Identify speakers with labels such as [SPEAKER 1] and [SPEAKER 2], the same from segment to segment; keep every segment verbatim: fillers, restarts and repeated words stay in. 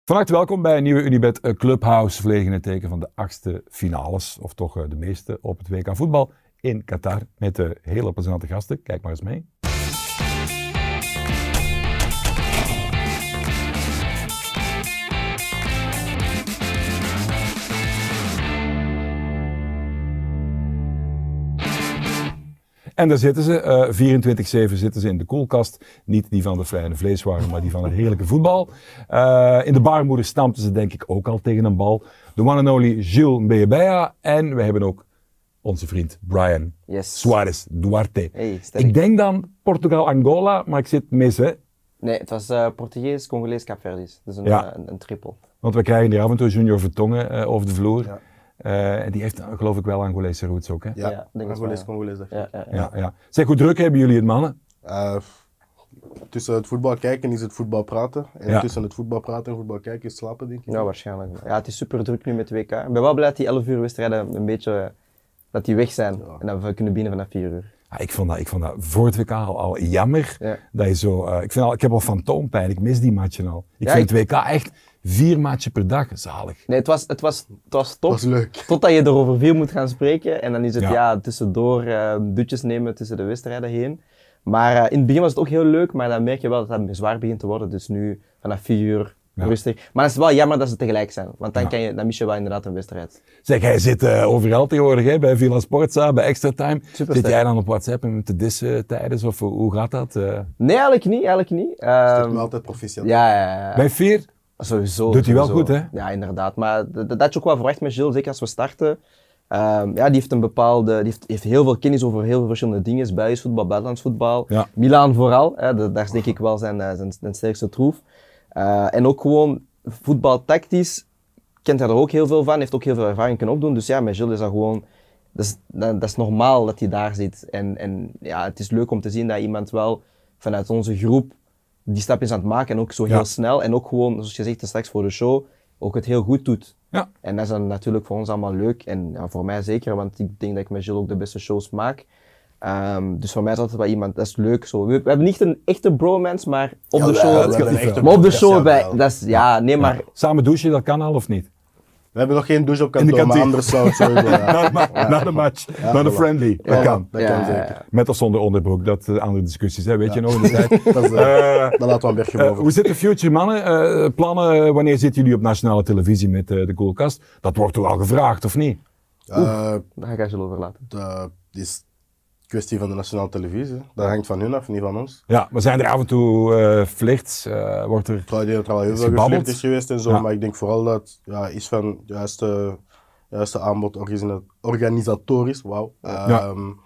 [SPEAKER 1] Van harte welkom bij een nieuwe Unibet Clubhouse, volledig in het teken van de achtste finales, of toch de meeste op het W K voetbal in Qatar, met de hele plezante gasten. Kijk maar eens mee. En daar zitten ze, uh, vierentwintig zeven zitten ze in de koelkast. Niet die van de fijne vleeswaren, maar die van het heerlijke voetbal. Uh, in de baarmoeder stampten ze denk ik ook al tegen een bal. De one and only Gilles Mbeyebeya. En we hebben ook onze vriend Brian
[SPEAKER 2] yes.
[SPEAKER 1] Suarez Duarte.
[SPEAKER 2] Hey,
[SPEAKER 1] ik denk dan Portugal-Angola, maar ik zit mis, hè?
[SPEAKER 2] Nee, het was uh, Portugees, Congolees, Kaapverdisch. Dus een,
[SPEAKER 1] ja.
[SPEAKER 2] uh, een, een triple.
[SPEAKER 1] Want we krijgen hier af en toe Junior Vertongen uh, over de vloer. Ja. Uh, en die heeft geloof ik wel Angolese roots ook, hè?
[SPEAKER 3] Ja,
[SPEAKER 2] ja
[SPEAKER 3] Angolees, ja. Congolees.
[SPEAKER 2] Ja, ja, ja.
[SPEAKER 1] Ja, ja. Zeg, hoe druk hebben jullie het, mannen?
[SPEAKER 3] Uh, tussen het voetbal kijken is het voetbal praten. En ja. tussen het voetbal praten en voetbal kijken is slapen, denk ik.
[SPEAKER 2] Ja, waarschijnlijk. Ja, het is super druk nu met W K. Ik ben wel blij dat die elf uur wedstrijden een beetje dat die weg zijn. Ja. En dat we kunnen binnen vanaf vier uur.
[SPEAKER 1] Ja, ik, vond dat, ik vond dat voor het W K al, al jammer. Ja. Dat je zo, uh, ik, vind al, ik heb al fantoompijn, ik mis die matchen al. Ik ja, vind ik... het W K echt vier matchen per dag, zalig.
[SPEAKER 2] Nee, het was, het was, het was top.
[SPEAKER 3] Het was leuk.
[SPEAKER 2] Totdat je erover veel moet gaan spreken. En dan is het ja, ja tussendoor uh, dutjes nemen tussen de wedstrijden heen. Maar uh, in het begin was het ook heel leuk, maar dan merk je wel dat het zwaar begint te worden. Dus nu vanaf vier uur ja. rustig. Maar het is wel jammer dat ze tegelijk zijn, want dan, ja. kan je, dan mis je wel inderdaad een wedstrijd.
[SPEAKER 1] Zeg, hij zit uh, overal tegenwoordig, hè? Bij Villa Sportza, bij Extra Time. Superster. Zit jij dan op WhatsApp en te dissen tijdens, of hoe gaat dat? Uh...
[SPEAKER 2] Nee, eigenlijk niet, eigenlijk niet.
[SPEAKER 3] Um, Stuk me altijd proficiat.
[SPEAKER 2] Ja, ja, ja.
[SPEAKER 1] Bij vier?
[SPEAKER 2] Sowieso.
[SPEAKER 1] Doet hij wel
[SPEAKER 2] sowieso.
[SPEAKER 1] goed, hè?
[SPEAKER 2] Ja, inderdaad. Maar dat, dat had je ook wel verwacht met Gilles, zeker als we starten. Um, ja, die heeft een bepaalde, die heeft, heeft heel veel kennis over heel veel verschillende dingen. Belgisch voetbal, buitenlands voetbal. Ja. Milaan vooral, hè, dat, dat is denk ik wel zijn, zijn, zijn sterkste troef. Uh, en ook gewoon voetbaltactisch kent hij er ook heel veel van, heeft ook heel veel ervaring kunnen opdoen. Dus ja, met Gilles is dat gewoon, dat is, dat, dat is normaal dat hij daar zit. En, en ja, het is leuk om te zien dat iemand wel vanuit onze groep die stap is aan het maken en ook zo heel ja. snel. En ook gewoon, zoals je zegt straks voor de show, ook het heel goed doet. Ja. En dat is dan natuurlijk voor ons allemaal leuk. En ja, voor mij zeker, want ik denk dat ik met Gilles ook de beste shows maak. Um, dus voor mij is altijd wel iemand, dat is leuk. Zo. We, we hebben niet een echte bromance, maar op ja, de show.
[SPEAKER 3] Ja, we we
[SPEAKER 2] maar op de show, bij, dat is, ja, nee, maar. Ja.
[SPEAKER 1] Samen douchen, dat kan al of niet?
[SPEAKER 3] We hebben nog geen douche op kantoor, maar anders zou het sowieso. Ja.
[SPEAKER 1] na, ja. na de match, ja, na de friendly,
[SPEAKER 3] ja,
[SPEAKER 1] dat kan.
[SPEAKER 3] Dat
[SPEAKER 2] ja,
[SPEAKER 3] kan
[SPEAKER 2] ja,
[SPEAKER 3] zeker.
[SPEAKER 2] ja.
[SPEAKER 1] Met of zonder onderbroek, dat uh, andere discussies, hè? Weet ja. je nog in de tijd.
[SPEAKER 3] dat, is, uh, dat laten we een beetje boven.
[SPEAKER 1] Uh, hoe zit de future, mannen? Uh, plannen, wanneer zitten jullie op nationale televisie met uh, de koelkast? Dat wordt toch al gevraagd, of niet?
[SPEAKER 3] Uh,
[SPEAKER 2] Daar ga ik Gilles over laten.
[SPEAKER 3] Dat is kwestie van de nationale televisie. Dat hangt van hun af, niet van ons.
[SPEAKER 1] Ja, maar zijn er af en toe uh, flirts? Uh, wordt er
[SPEAKER 3] Ik denk dat er al heel veel geflirt is geweest en zo, ja. maar ik denk vooral dat ja, is van juiste, juiste aanbod organisa- organisatorisch, wauw. Ja. Um,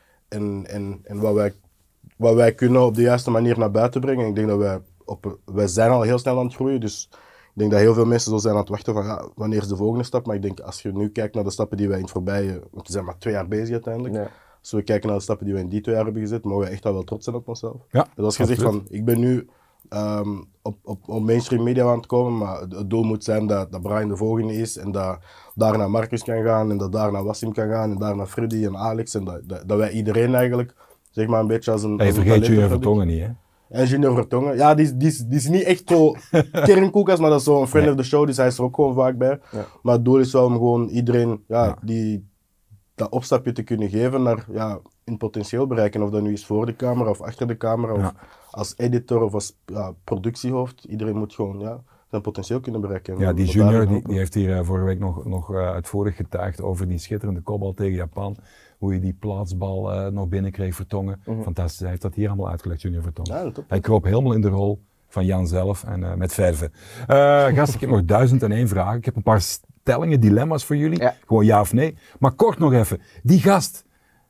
[SPEAKER 3] en en, en wat, wij, wat wij kunnen op de juiste manier naar buiten brengen. Ik denk dat wij, op, wij zijn al heel snel aan het groeien, dus ik denk dat heel veel mensen zo zijn aan het wachten van ja, wanneer is de volgende stap. Maar ik denk als je nu kijkt naar de stappen die wij in het voorbije, want we zijn maar twee jaar bezig uiteindelijk. Ja. Als we kijken naar de stappen die we in die twee jaar hebben gezet, mogen we echt al wel trots zijn op onszelf. Ja, dus als je zegt van, ik ben nu um, op, op, op mainstream media aan het komen, maar het, het doel moet zijn dat, dat Brian de volgende is en dat daarna Marcus kan gaan en dat daarna Wassim kan gaan en daarna Freddy en Alex en dat, dat, dat wij iedereen eigenlijk, zeg maar een beetje als een...
[SPEAKER 1] Hey,
[SPEAKER 3] als een
[SPEAKER 1] vergeet Junior Vertongen niet, hè?
[SPEAKER 3] En Junior Vertongen, ja, die, die, die is niet echt zo kernkoelkast, maar dat is zo'n friend nee. of the show, dus hij is er ook gewoon vaak bij. Ja. Maar het doel is wel om gewoon iedereen, ja, ja. die... dat opstapje te kunnen geven naar ja, in potentieel bereiken. Of dat nu is voor de camera of achter de camera, of ja. als editor of als ja, productiehoofd. Iedereen moet gewoon ja, zijn potentieel kunnen bereiken.
[SPEAKER 1] Ja, die Junior die, die heeft hier uh, vorige week nog, nog uh, uitvoerig getuigd over die schitterende kopbal tegen Japan. Hoe je die plaatsbal uh, nog binnenkreeg, Vertongen. Mm-hmm. Fantastisch, hij heeft dat hier allemaal uitgelegd, Junior Vertongen. Ja, hij kroop helemaal in de rol van Jan zelf en uh, met verven. Uh, gast, ik heb nog duizend en één vragen. Ik heb een paar stellingen, dilemma's voor jullie. Ja. Gewoon ja of nee. Maar kort nog even. Die gast,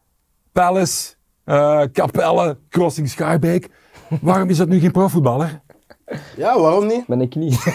[SPEAKER 1] Palace, uh, Capelle, Crossing Schaarbeek. Waarom is dat nu geen profvoetballer?
[SPEAKER 3] Ja, waarom niet?
[SPEAKER 2] Ben ik niet.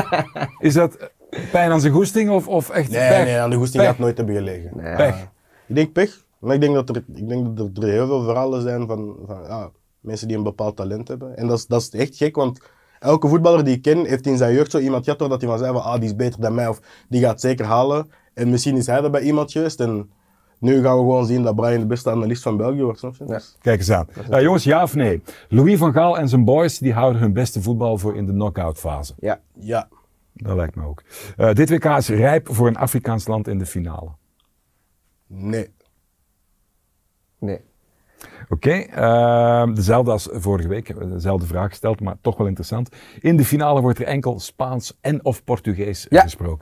[SPEAKER 1] Is dat pijn aan zijn goesting of, of echt
[SPEAKER 3] nee,
[SPEAKER 1] pech?
[SPEAKER 3] Nee, aan de goesting gaat nooit hebben gelegen.
[SPEAKER 2] Nee.
[SPEAKER 1] Pech?
[SPEAKER 3] Ik denk pech. Maar ik denk dat er, ik denk dat er, er heel veel verhalen zijn van, van ja, mensen die een bepaald talent hebben. En dat is, dat is echt gek, want elke voetballer die ik ken heeft in zijn jeugd zo iemand gehad dat hij van zei van ah, die is beter dan mij of die gaat zeker halen. En misschien is hij er bij iemand geweest en nu gaan we gewoon zien dat Brian de beste analist van België wordt. Snap je?
[SPEAKER 2] Ja.
[SPEAKER 1] Kijk eens aan. Uh, jongens, ja of nee? Louis van Gaal en zijn boys die houden hun beste voetbal voor in de knock-out fase.
[SPEAKER 2] Ja.
[SPEAKER 3] Ja.
[SPEAKER 1] Dat lijkt me ook. Uh, dit W K is rijp voor een Afrikaans land in de finale.
[SPEAKER 3] Nee.
[SPEAKER 2] Nee.
[SPEAKER 1] Oké, okay, uh, dezelfde als vorige week, dezelfde vraag gesteld, maar toch wel interessant. In de finale wordt er enkel Spaans en of Portugees ja. gesproken.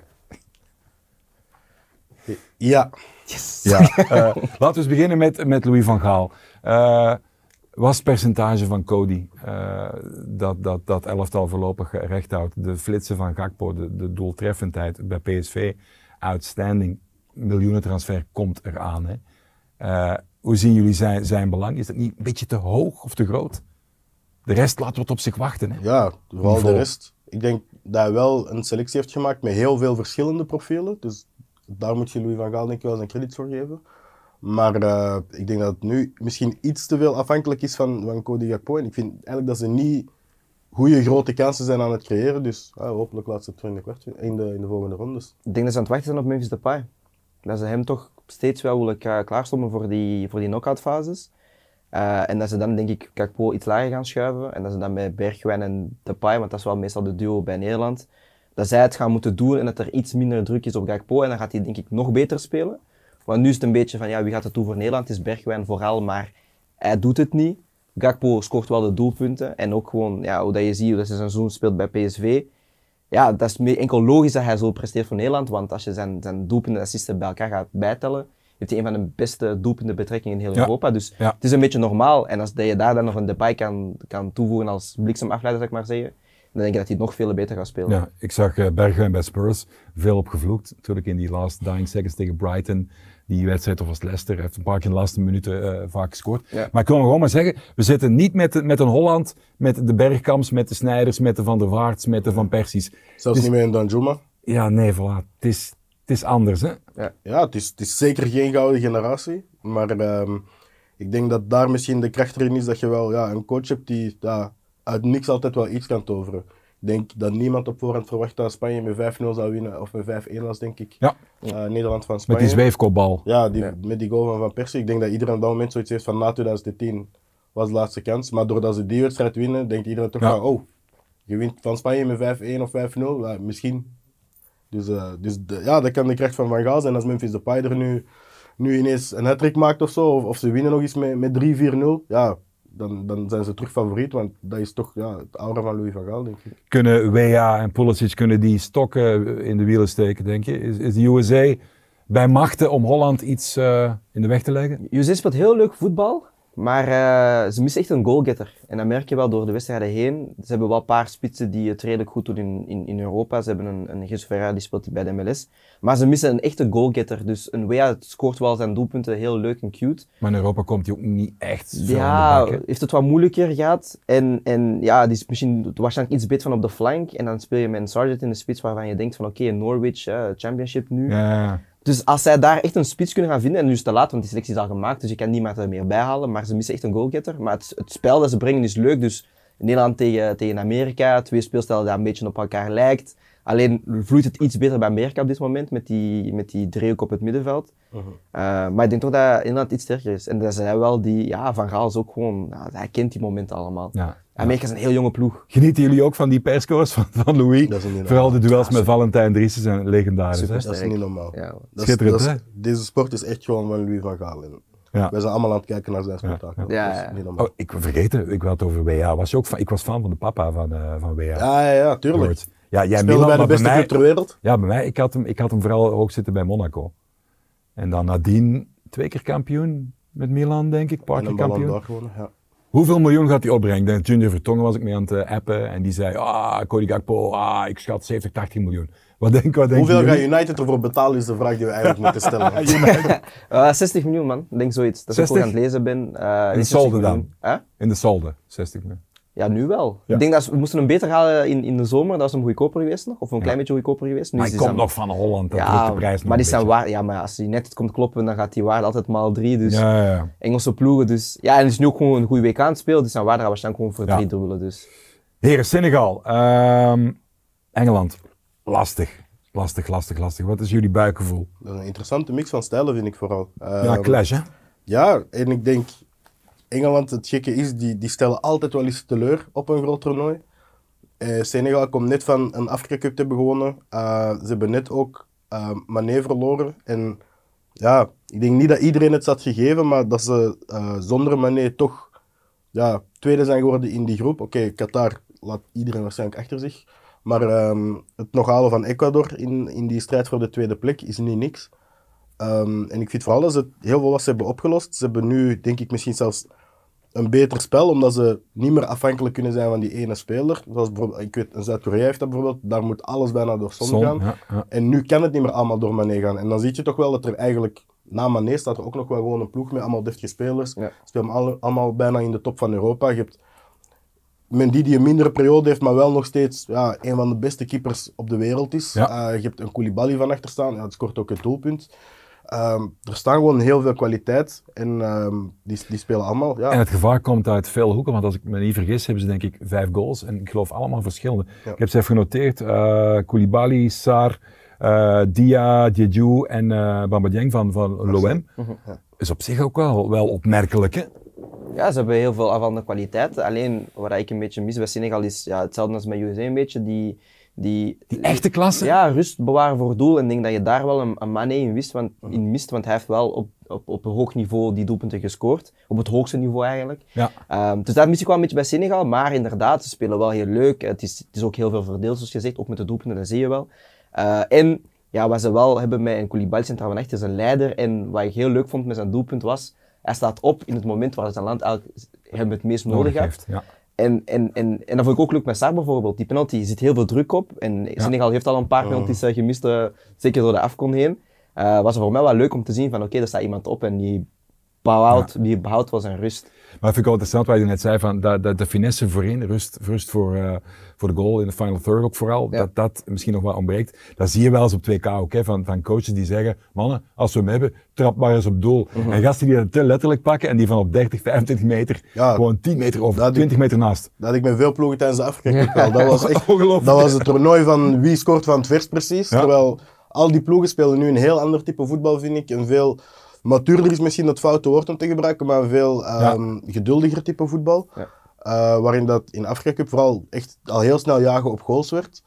[SPEAKER 3] Ja.
[SPEAKER 2] Yes.
[SPEAKER 1] Ja. Uh, laten we eens beginnen met, met Louis van Gaal. Uh, was het percentage van Cody uh, dat, dat, dat elftal voorlopig recht houdt? De flitsen van Gakpo, de, de doeltreffendheid bij P S V, outstanding. Miljoenentransfer komt eraan. Hè? Uh, hoe zien jullie zijn, zijn belang? Is dat niet een beetje te hoog of te groot? De rest laat wat op zich wachten. Hè?
[SPEAKER 3] Ja, vooral de rest. Ik denk dat hij wel een selectie heeft gemaakt met heel veel verschillende profielen. Dus daar moet je Louis van Gaal denk ik wel zijn credits voor geven. Maar uh, ik denk dat het nu misschien iets te veel afhankelijk is van, van Cody Gakpo. En ik vind eigenlijk dat ze niet goede grote kansen zijn aan het creëren. Dus uh, hopelijk laat ze het in de, kwart, in, de, in de volgende rondes.
[SPEAKER 2] Ik denk dat ze aan het wachten zijn op Memphis Depay. Dat ze hem toch steeds wel willen uh, klaarstomen voor die, voor die knock-out fases. Uh, en dat ze dan denk ik Gakpo iets lager gaan schuiven. En dat ze dan met Bergwijn en Depay, want dat is wel meestal de duo bij Nederland, dat zij het gaan moeten doen en dat er iets minder druk is op Gakpo. En dan gaat hij denk ik nog beter spelen. Want nu is het een beetje van, ja, wie gaat het doen voor Nederland? Het is Bergwijn vooral, maar hij doet het niet. Gakpo scoort wel de doelpunten. En ook gewoon, ja, hoe dat je ziet, hoe dat hij zijn seizoen speelt bij P S V. Ja, dat is enkel logisch dat hij zo presteert voor Nederland. Want als je zijn, zijn doelpunten en assisten bij elkaar gaat bijtellen, heeft hij een van de beste doelpuntenbetrekkingen in heel
[SPEAKER 1] ja.
[SPEAKER 2] Europa. Dus ja. het is een beetje normaal. En als dat je daar dan nog een Depay kan, kan toevoegen als bliksemafleider, zou ik maar zeggen, dan denk ik dat hij nog veel beter gaat spelen.
[SPEAKER 1] Ja, ik zag uh, Bergwijn bij Spurs veel opgevloekt. Natuurlijk in die last dying seconds tegen Brighton. Die wedstrijd, of was Leicester, heeft een paar keer in de laatste minuten uh, vaak gescoord. Ja. Maar ik wil gewoon maar zeggen, we zitten niet met, met een Holland, met de Bergkamps, met de Sneijers, met de Van der Vaarts, met de Van Persies.
[SPEAKER 3] Zelfs dus, niet meer in Danjuma?
[SPEAKER 1] Ja, nee, voilà. Het is, het is anders, hè?
[SPEAKER 3] Ja, ja het, is, het is zeker geen gouden generatie. Maar um, ik denk dat daar misschien de kracht erin is dat je wel ja, een coach hebt die ja, uit niks altijd wel iets kan toveren. Ik denk dat niemand op voorhand verwacht dat Spanje met vijf nul zou winnen, of met vijf één was, denk ik.
[SPEAKER 1] Ja.
[SPEAKER 3] Uh, Nederland van Spanje.
[SPEAKER 1] Met die zweefkopbal.
[SPEAKER 3] Ja, die, ja, met die goal van Van Persie. Ik denk dat iedereen op dat moment zoiets heeft van na twintig tien was de laatste kans. Maar doordat ze die wedstrijd winnen, denkt iedereen toch ja. van, oh, je wint van Spanje met vijf één of vijf nul, ja, misschien. Dus, uh, dus de, ja, dat kan de kracht van Van Gaal zijn. Als Memphis Depay er nu, nu ineens een hat-trick maakt of zo, of, of ze winnen nog eens met, met drie vier nul, ja, Dan, dan zijn ze terug favoriet, want dat is toch ja, het aura van Louis van Gaal, denk ik.
[SPEAKER 1] Kunnen Weah en Pulisic kunnen die stokken in de wielen steken, denk je? Is, is de U S A bij machten om Holland iets uh, in de weg te leggen?
[SPEAKER 2] U S A speelt heel leuk voetbal, maar uh, ze missen echt een goalgetter. En dat merk je wel door de wedstrijden heen. Ze hebben wel een paar spitsen die het redelijk goed doen in, in, in Europa. Ze hebben een, een Jesus Ferreira, die speelt bij de M L S. Maar ze missen een echte goalgetter. Dus een Weah scoort wel zijn doelpunten heel leuk en cute.
[SPEAKER 1] Maar in Europa komt hij ook niet echt zo
[SPEAKER 2] ja,
[SPEAKER 1] aan de bak,
[SPEAKER 2] heeft het wat moeilijker gehad. En, en ja, die is misschien waarschijnlijk iets beter van op de flank. En dan speel je met een Sargent in de spits waarvan je denkt van oké, okay, Norwich, uh, Championship nu.
[SPEAKER 1] Ja.
[SPEAKER 2] Dus als zij daar echt een spits kunnen gaan vinden, en nu is het te laat, want die selectie is al gemaakt, dus je kan niemand er meer bij halen, maar ze missen echt een goalgetter. Maar het, het spel dat ze brengen is leuk, dus Nederland tegen, tegen Amerika, twee speelstijlen dat een beetje op elkaar lijkt. Alleen vloeit het iets beter bij Amerika op dit moment, met die, met die driehoek op het middenveld. Uh-huh. uh, maar ik denk toch dat Nederland iets sterker is. En dat zij wel die, ja, Van Gaal is ook gewoon, ja, hij kent die momenten allemaal. Ja. Amerika is een heel jonge ploeg.
[SPEAKER 1] Genieten jullie ook van die perscores van, van Louis? Vooral de duels met Valentijn Driessen zijn legendarisch. Hè?
[SPEAKER 3] Dat is niet normaal.
[SPEAKER 2] Ja.
[SPEAKER 3] Dat is, dat is, deze sport is echt gewoon van Louis van Gaal. Ja. Wij zijn allemaal aan het kijken naar zijn spektakel.
[SPEAKER 2] Ja. Ja, ja.
[SPEAKER 1] Oh, ik vergeten, ik had het over Weah. Was je ook fan? Ik was fan van de papa van, uh, van Weah.
[SPEAKER 3] Ja, ja, ja, tuurlijk.
[SPEAKER 1] George. Ja, jij
[SPEAKER 3] speelde
[SPEAKER 1] Milan,
[SPEAKER 3] bij de beste club ter wereld.
[SPEAKER 1] Ja, bij mij. Ik had, hem, ik had hem vooral hoog zitten bij Monaco. En dan nadien twee keer kampioen met Milan, denk ik. Paar keer kampioen.
[SPEAKER 3] Gewonnen, ja.
[SPEAKER 1] Hoeveel miljoen gaat hij opbrengen? De Junior Vertongen was ik mee aan het uh, appen en die zei, ah, Cody Gakpo, ah, ik schat zeventig, tachtig miljoen. Wat denk, wat denk
[SPEAKER 3] Hoeveel
[SPEAKER 1] jullie?
[SPEAKER 3] gaat United ervoor betalen is de vraag die we eigenlijk moeten stellen.
[SPEAKER 2] uh, zestig miljoen man, ik denk zoiets. Dat ik ook aan het lezen ben. Uh,
[SPEAKER 1] in de solde dan?
[SPEAKER 2] Huh?
[SPEAKER 1] In de solde, zestig miljoen.
[SPEAKER 2] Ja, nu wel. Ja. Ik denk dat we moesten hem beter halen in, in de zomer, dat was hem goedkoper geweest nog, of een ja. klein beetje goedkoper geweest. Nu
[SPEAKER 1] maar hij komt aan... nog van Holland, dan
[SPEAKER 2] ja,
[SPEAKER 1] de prijs nog
[SPEAKER 2] maar die zijn waar, ja, maar als hij net komt kloppen, dan gaat die waarde altijd maal drie, dus
[SPEAKER 1] ja, ja, ja.
[SPEAKER 2] Engelse ploegen, dus ja, en hij is nu ook gewoon een goede W K aan het spelen, dus zijn waarde gaat waarschijnlijk gewoon voor drie ja. dubbelen, dus.
[SPEAKER 1] Heren, Senegal, um, Engeland, lastig. Lastig, lastig, lastig. Wat is jullie buikgevoel?
[SPEAKER 3] Dat is een interessante mix van stijlen, vind ik vooral. Uh,
[SPEAKER 1] ja, clash, hè?
[SPEAKER 3] Ja, en ik denk, Engeland, het gekke is, die, die stellen altijd wel eens teleur op een groot toernooi. Uh, Senegal komt net van een Afrika Cup te hebben gewonnen. Uh, ze hebben net ook uh, Mané verloren. En ja, ik denk niet dat iedereen het had gegeven, maar dat ze uh, zonder Mané toch ja, tweede zijn geworden in die groep. Oké, okay, Qatar laat iedereen waarschijnlijk achter zich. Maar um, het nog halen van Ecuador in, in die strijd voor de tweede plek is niet niks. Um, en ik vind vooral dat ze heel veel wat ze hebben opgelost. Ze hebben nu, denk ik, misschien zelfs een beter spel, omdat ze niet meer afhankelijk kunnen zijn van die ene speler. Zoals bijvoorbeeld, ik weet, Zuid-Korea heeft dat bijvoorbeeld, daar moet alles bijna door Son, Son gaan. Ja, ja. En nu kan het niet meer allemaal door Mané gaan. En dan zie je toch wel dat er eigenlijk, na Mané staat er ook nog wel gewoon een ploeg met allemaal deftige spelers. Ja. Spelen alle, allemaal bijna in de top van Europa. Je hebt Mendy die een mindere periode heeft, maar wel nog steeds ja, een van de beste keepers op de wereld is. Ja. Uh, je hebt een Koulibaly van achter staan, ja, het scoort ook het doelpunt. Um, er staan gewoon heel veel kwaliteit en um, die, die spelen allemaal. Ja.
[SPEAKER 1] En het gevaar komt uit veel hoeken, want als ik me niet vergis hebben ze denk ik vijf goals en ik geloof allemaal verschillende. Ja. Ik heb ze even genoteerd, uh, Koulibaly, Sarr, uh, Dia, Diédhiou en uh, Bamba Dieng van, van L'O M. Mm-hmm. Ja. Is op zich ook wel, wel opmerkelijk, hè?
[SPEAKER 2] Ja, ze hebben heel veel afvallende kwaliteit. Alleen wat ik een beetje mis bij Senegal is ja, hetzelfde als met U S A een beetje. Die, die,
[SPEAKER 1] die echte klasse?
[SPEAKER 2] Ja, rust bewaren voor doel. En ik denk dat je daar wel een, een Mané in, wist, want, in mist, want hij heeft wel op, op, op een hoog niveau die doelpunten gescoord. Op het hoogste niveau eigenlijk. Ja. Um, dus dat mis ik wel een beetje bij Senegal. Maar inderdaad, ze spelen wel heel leuk. Het is, het is ook heel veel verdeeld, zoals je zegt. Ook met de doelpunten, dat zie je wel. Uh, en ja, wat ze wel hebben met een Koulibaly centraal van echt is een leider. En wat ik heel leuk vond met zijn doelpunt was, hij staat op in het moment waar zijn land eigenlijk hem het meest nodig, nodig heeft. Ja. En, en, en, en dat vond ik ook leuk met Sarr bijvoorbeeld. Die penalty zit heel veel druk op. En ja. Senegal heeft al een paar penalties uh, gemist, uh, zeker door de Afcon heen. Uh, was er voor mij wel leuk om te zien van oké, okay, er staat iemand op en die behoudt, ja. die behoudt wel zijn rust.
[SPEAKER 1] Maar vind ik wel interessant wat je net zei, van de, de, de finesse voorin, rust, rust voor, uh, voor de goal in de final third ook vooral, ja. dat dat misschien nog wel ontbreekt. Dat zie je wel eens op twee K ook, hè, van, van coaches die zeggen, mannen, als we hem hebben, trap maar eens op doel. Mm-hmm. En gasten die dat te letterlijk pakken en die van op dertig, vijfentwintig meter, ja, gewoon tien meter of twintig ik, meter naast.
[SPEAKER 3] Dat had ik met veel ploegen tijdens de Afrika Cup wel. Dat was echt, dat was het toernooi van wie scoort van het verst precies. Ja. Terwijl al die ploegen spelen nu een heel ander type voetbal, vind ik. Een veel matuurder is misschien het foute woord om te gebruiken, maar een veel um, ja. geduldiger type voetbal. Ja. Uh, waarin dat in Afrika Cup vooral echt al heel snel jagen op goals werd.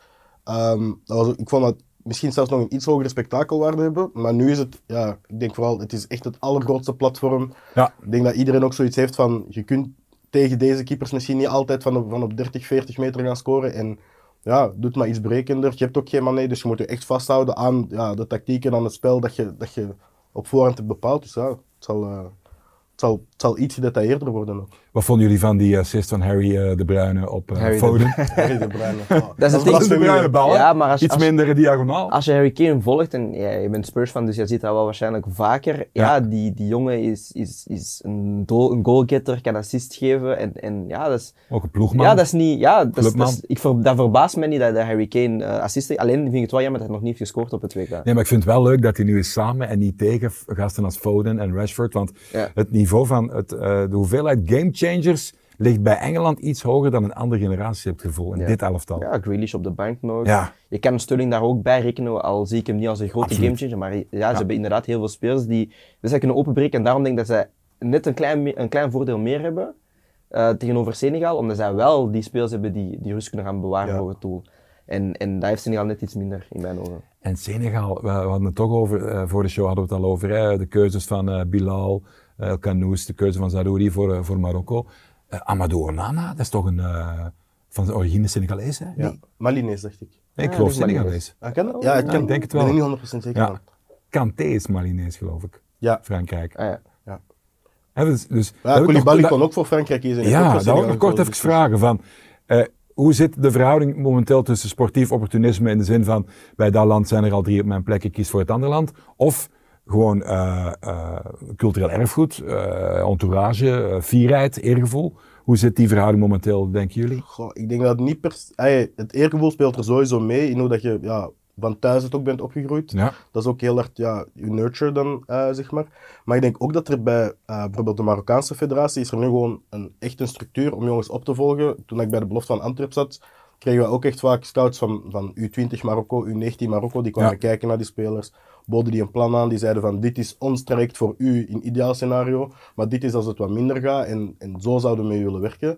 [SPEAKER 3] Um, dat was, ik vond dat misschien zelfs nog een iets hogere spektakelwaarde hebben, maar nu is het, ja, ik denk vooral, het is echt het allergrootste platform. Ja. Ik denk dat iedereen ook zoiets heeft van, je kunt tegen deze keepers misschien niet altijd van op, van op dertig, veertig meter gaan scoren en ja, doet maar iets brekender. Je hebt ook geen Mané, dus je moet je echt vasthouden aan ja, de tactiek en aan het spel dat je, dat je op voorhand hebt bepaald. Dus ja, het zal, uh, het zal, het zal iets gedetailleerder worden ook.
[SPEAKER 1] Wat vonden jullie van die assist van Harry uh, de Bruyne op uh, Harry Foden?
[SPEAKER 3] De, Harry de Bruyne. Oh.
[SPEAKER 2] Dat is het
[SPEAKER 1] dat is de bruine bal, ja, maar als,
[SPEAKER 2] iets
[SPEAKER 1] als, minder diagonaal.
[SPEAKER 2] Als je Harry Kane volgt, en ja, je bent Spurs fan, dus je ziet dat wel waarschijnlijk vaker. Ja, ja die, die jongen is, is, is een, doel, een goalgetter, kan assist geven. En, en ja, dat is...
[SPEAKER 1] Ook een ploegman.
[SPEAKER 2] Ja, dat is niet... Ja, dat, is, dat, is, ik ver, dat verbaast me niet dat de Harry Kane uh, assist heeft. Alleen vind ik het wel jammer dat hij nog niet heeft gescoord op het W K.
[SPEAKER 1] Nee, maar ik vind het wel leuk dat hij nu is samen en niet tegen gasten als Foden en Rashford. Want ja. het niveau van het, uh, de hoeveelheid gamechangers ligt bij Engeland iets hoger dan een andere generatie, heb het gevoel, in ja. dit elftal.
[SPEAKER 2] Ja, Grealish op de bank nog. Ja. Je kan Sterling daar ook bij rekenen, al zie ik hem niet als een grote gamechanger, maar ja, ze ja. hebben inderdaad heel veel spelers die dus zij kunnen openbreken en daarom denk ik dat zij net een klein, een klein voordeel meer hebben uh, tegenover Senegal, omdat zij wel die spelers hebben die, die rust kunnen gaan bewaren ja. voor het doel. En, en daar heeft Senegal net iets minder in mijn ogen.
[SPEAKER 1] En Senegal, we hadden het toch over, uh, voor de show hadden we het al over, hè, de keuzes van uh, Bilal, El uh, Kanous, de keuze van Zadouri voor, uh, voor Marokko. Uh, Amadou Onana, dat is toch een uh, van de origine Senegalees, hè?
[SPEAKER 3] Ja, nee. Malinees dacht ik.
[SPEAKER 1] Nee, ik geloof Senegalees.
[SPEAKER 3] Ah, kan dat? Ja, ik,
[SPEAKER 1] ja, ik denk het wel.
[SPEAKER 3] Ik ben niet honderd procent zeker
[SPEAKER 1] ja.
[SPEAKER 3] van.
[SPEAKER 1] Kanté is Malinees, geloof ik.
[SPEAKER 3] Ja.
[SPEAKER 1] Frankrijk.
[SPEAKER 2] Ah, ja.
[SPEAKER 3] Ja.
[SPEAKER 1] He, dus, dus,
[SPEAKER 3] ja, Koulibaly kon ook voor Frankrijk kiezen.
[SPEAKER 1] Ja, dat wil ik nog kort even vragen. Van, uh, hoe zit de verhouding momenteel tussen sportief opportunisme in de zin van bij dat land zijn er al drie op mijn plek, ik kies voor het andere land, of gewoon uh, uh, cultureel erfgoed, uh, entourage, uh, fierheid, eergevoel. Hoe zit die verhouding momenteel, denken jullie?
[SPEAKER 3] Goh, ik denk dat niet per hey, het eergevoel speelt er sowieso mee in hoe dat je ja, van thuis het ook bent opgegroeid. Ja. Dat is ook heel erg ja, je nurture dan, uh, zeg maar. Maar ik denk ook dat er bij uh, bijvoorbeeld de Marokkaanse federatie is er nu gewoon een, echt een structuur om jongens op te volgen. Toen ik bij de belofte van Antwerp zat, kregen we ook echt vaak scouts van, van U twintig Marokko, U negentien Marokko, die kwamen ja. kijken naar die spelers. Boden die een plan aan, die zeiden van dit is ons traject voor u in ideaal scenario, maar dit is als het wat minder gaat en, en zo zouden we mee willen werken.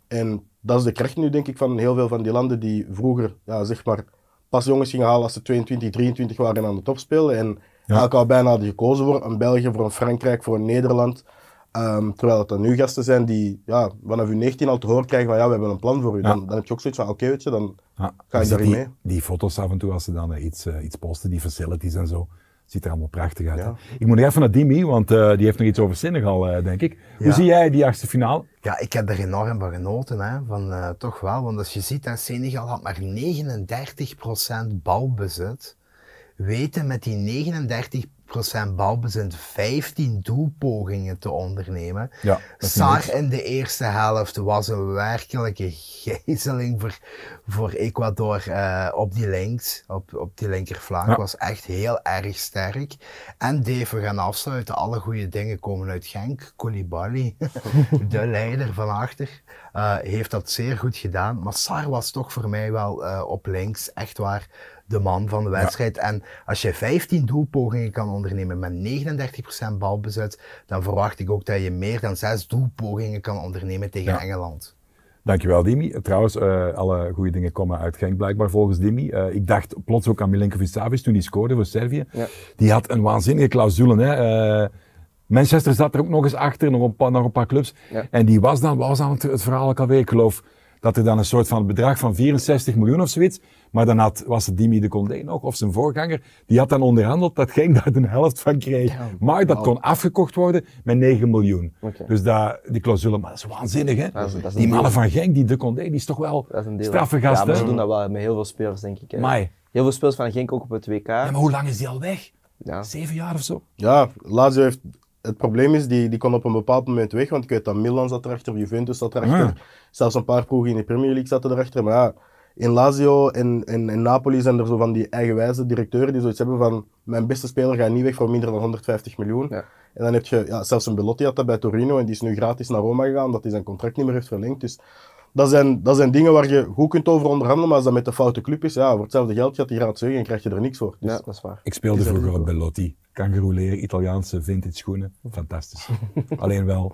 [SPEAKER 3] En dat is de kracht nu, denk ik, van heel veel van die landen die vroeger, ja, zeg maar, pas jongens gingen halen als ze tweeëntwintig, drieëntwintig waren en aan de top spelen. En ja. elkaar bijna hadden gekozen voor een België, voor een Frankrijk, voor een Nederland. Um, terwijl het dan nu gasten zijn die ja, vanaf hun negentien al te horen krijgen van ja, we hebben een plan voor u. Ja. Dan, dan heb je ook zoiets van oké, weet je, dan ja. ga ik daarin mee.
[SPEAKER 1] Die foto's af en toe als ze dan uh, iets, uh, iets posten, die facilities en zo. Ziet er allemaal prachtig uit. Ja. Ik moet nog even naar Dimi, want uh, die heeft nog iets over Senegal, uh, denk ik. Hoe ja. zie jij die achtste finale?
[SPEAKER 4] Ja, ik heb er enorm van genoten, hè, van uh, toch wel. Want als je ziet, hè, Senegal had maar negenendertig procent balbezit. Weten met die negenendertig procent balbezit vijftien doelpogingen te ondernemen. Ja, Sarr in de eerste helft was een werkelijke gijzeling voor, voor Ecuador uh, op die links, op, op die linkerflank. Ja. Was echt heel erg sterk. En Dave, we gaan afsluiten. Alle goede dingen komen uit Genk. Koulibaly, de leider van achter, uh, heeft dat zeer goed gedaan. Maar Sarr was toch voor mij wel uh, op links, echt waar, de man van de wedstrijd. Ja. En als je vijftien doelpogingen kan ondernemen met negenendertig procent balbezit, dan verwacht ik ook dat je meer dan zes doelpogingen kan ondernemen tegen ja. Engeland.
[SPEAKER 1] Dankjewel, Dimi. Trouwens, uh, alle goede dingen komen uit Genk blijkbaar volgens Dimi. Uh, ik dacht plots ook aan Milinkovic-Savic toen hij scoorde voor Servië. Ja. Die had een waanzinnige clausule. Hè. Uh, Manchester zat er ook nog eens achter, nog een paar, nog een paar clubs. Ja. En die was dan, was dan het, het verhaal ook alweer, ik geloof dat er dan een soort van bedrag van vierenzestig miljoen of zoiets. Maar dan had, was het Dimi de Condé nog, of zijn voorganger, die had dan onderhandeld dat Genk daar de helft van kreeg. Ja, maar dat wow. kon afgekocht worden met negen miljoen. Okay. Dus dat, die clausule, maar dat is waanzinnig, hè? Dat is, dat is die mannen van Genk, die de Condé, die is toch wel straffe gast,
[SPEAKER 2] ja, maar ze doen dat wel met heel veel spelers, denk ik. Hè?
[SPEAKER 1] Mai.
[SPEAKER 2] Heel veel spelers van Genk ook op het W K.
[SPEAKER 1] Ja, maar hoe lang is die al weg? Ja. Zeven jaar of zo?
[SPEAKER 3] Ja, Lazio heeft... Het probleem is, die, die kon op een bepaald moment weg, want ik weet dat Milan zat erachter, Juventus zat erachter, ja. zelfs een paar ploegen in de Premier League zaten erachter. Maar ja, in Lazio en, en, en Napoli zijn er zo van die eigenwijze directeuren die zoiets hebben van mijn beste speler gaat niet weg voor minder dan honderdvijftig miljoen. Ja. En dan heb je, ja, zelfs een Belotti had dat bij Torino en die is nu gratis naar Roma gegaan omdat hij zijn contract niet meer heeft verlengd. Dus dat zijn, dat zijn dingen waar je goed kunt over onderhandelen, maar als dat met de foute club is, ja, voor hetzelfde geld gaat hij gratis weg en krijg je er niks voor. Dus
[SPEAKER 2] ja, dat is waar.
[SPEAKER 1] Ik speelde vroeger op Belotti. Kangaroo leren, Italiaanse vintage schoenen. Fantastisch. Alleen wel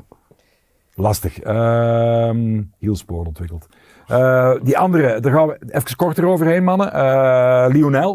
[SPEAKER 1] lastig. Uh, heel spoor ontwikkeld. Uh, die andere, daar gaan we even korter overheen, mannen. Uh, Lionel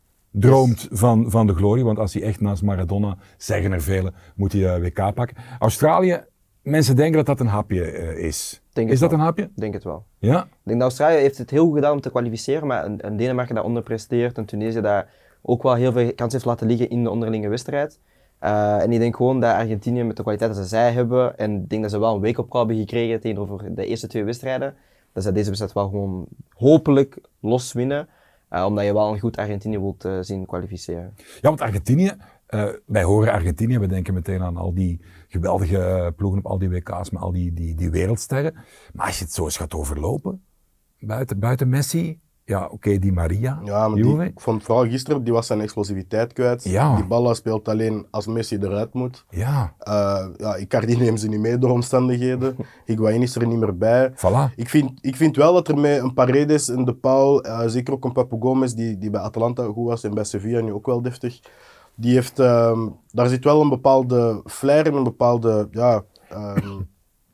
[SPEAKER 1] droomt yes. van, van de glorie, want als hij echt naast Maradona, zeggen er velen, moet hij de W K pakken. Australië, mensen denken dat dat een hapje uh, is.
[SPEAKER 2] Denk
[SPEAKER 1] is dat
[SPEAKER 2] wel.
[SPEAKER 1] een hapje?
[SPEAKER 2] Denk het wel.
[SPEAKER 1] Ja?
[SPEAKER 2] Ik denk dat Australië heeft het heel goed gedaan om te kwalificeren, maar een, een Denemarken dat onderpresteert, een Tunesië dat ook wel heel veel kans heeft laten liggen in de onderlinge wedstrijd. Uh, en ik denk gewoon dat Argentinië met de kwaliteit dat ze zij hebben, en ik denk dat ze wel een wake-up call hebben gekregen tegenover de eerste twee wedstrijden, dat ze deze wedstrijd wel gewoon hopelijk los winnen, uh, omdat je wel een goed Argentinië wilt uh, zien kwalificeren.
[SPEAKER 1] Ja, want Argentinië, uh, wij horen Argentinië, we denken meteen aan al die geweldige uh, ploegen op al die W K's, met al die, die, die wereldsterren. Maar als je het zo eens gaat overlopen, buiten, buiten Messi... Ja, oké, okay, die Maria.
[SPEAKER 3] Ja, maar die, ik vond vooral gisteren, die was zijn explosiviteit kwijt. Ja. Die Balla speelt alleen als Messi eruit moet.
[SPEAKER 1] Ja.
[SPEAKER 3] Uh, ja, Icardi neemt ze niet mee door omstandigheden. Higuaín is er niet meer bij.
[SPEAKER 1] Voilà.
[SPEAKER 3] Ik vind, ik vind wel dat er met een Paredes, een De Paul, uh, zeker ook een Papu Gomez, die, die bij Atalanta goed was en bij Sevilla nu ook wel deftig. Die heeft, um, daar zit wel een bepaalde flair en een bepaalde, ja, um,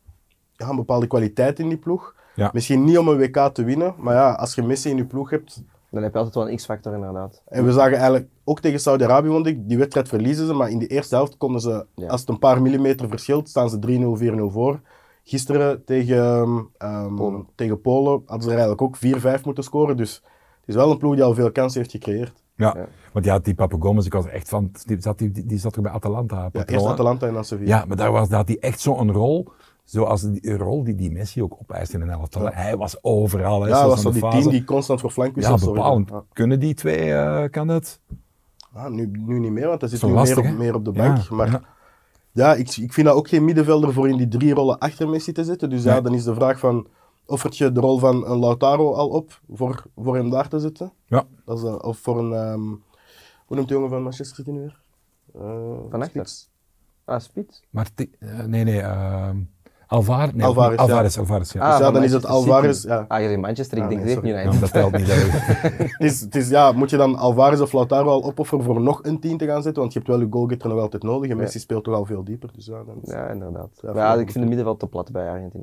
[SPEAKER 3] ja, een bepaalde kwaliteit in die ploeg. Ja. Misschien niet om een W K te winnen, maar ja, als je Messi in je ploeg hebt...
[SPEAKER 2] Dan heb je altijd wel een X-factor inderdaad.
[SPEAKER 3] En we zagen eigenlijk, ook tegen Saudi-Arabië vond ik, die wedstrijd verliezen ze, maar in de eerste helft konden ze, ja. als het een paar millimeter verschilt, staan ze drie nul, vier nul voor. Gisteren tegen, um, Polen. tegen Polen hadden ze er eigenlijk ook vier vijf moeten scoren, dus het is wel een ploeg die al veel kansen heeft gecreëerd.
[SPEAKER 1] Ja, ja. Want ja, die Papu Gomez, ik was er echt van, die zat, die, die zat er bij Atalanta.
[SPEAKER 3] Ja, eerst Atalanta en dan Sevilla.
[SPEAKER 1] Ja, maar daar, was, daar had hij echt zo'n rol... Zoals die rol die, die Messi ook opeist in een elftal. Ja. Hij was overal. Hè,
[SPEAKER 3] ja, hij was zo die fase. Team die constant voor flankwissels
[SPEAKER 1] zorgde. Ja, bepalend. Ja. Kunnen die twee, uh, kan dat?
[SPEAKER 3] Ja, nu, nu niet meer, want hij zit nu lastig, meer, op, meer op de bank. Ja, maar ja, ja ik, ik vind dat ook geen middenvelder voor in die drie rollen achter Messi te zetten. Dus ja, ja dan is de vraag van, offert je de rol van een Lautaro al op voor, voor hem daar te zetten?
[SPEAKER 1] Ja.
[SPEAKER 3] Dat is, uh, of voor een, um, hoe noemt de jongen van Manchester City nu weer? Uh,
[SPEAKER 2] van achter? Ah, Spits?
[SPEAKER 1] Maar uh, nee, nee. Uh, Alvarez, nee,
[SPEAKER 3] Alvarez,
[SPEAKER 1] Alvarez,
[SPEAKER 3] ja.
[SPEAKER 1] Alvarez, ja.
[SPEAKER 3] Ah, dus ja, dan is het Alvarez. Ja.
[SPEAKER 2] Ah, je in Manchester, ik ah, denk
[SPEAKER 3] nee,
[SPEAKER 2] dat nu
[SPEAKER 1] ja, dat telt niet.
[SPEAKER 3] het is, het is, ja, moet je dan Alvarez of Lautaro al opofferen voor nog een tien te gaan zetten? Want je hebt wel je goalgetter nog altijd nodig en Messi ja. speelt toch al veel dieper. Dus ja, dan is,
[SPEAKER 2] ja, inderdaad. Ja, ja, ik vind het middenveld te plat bij Argentinië.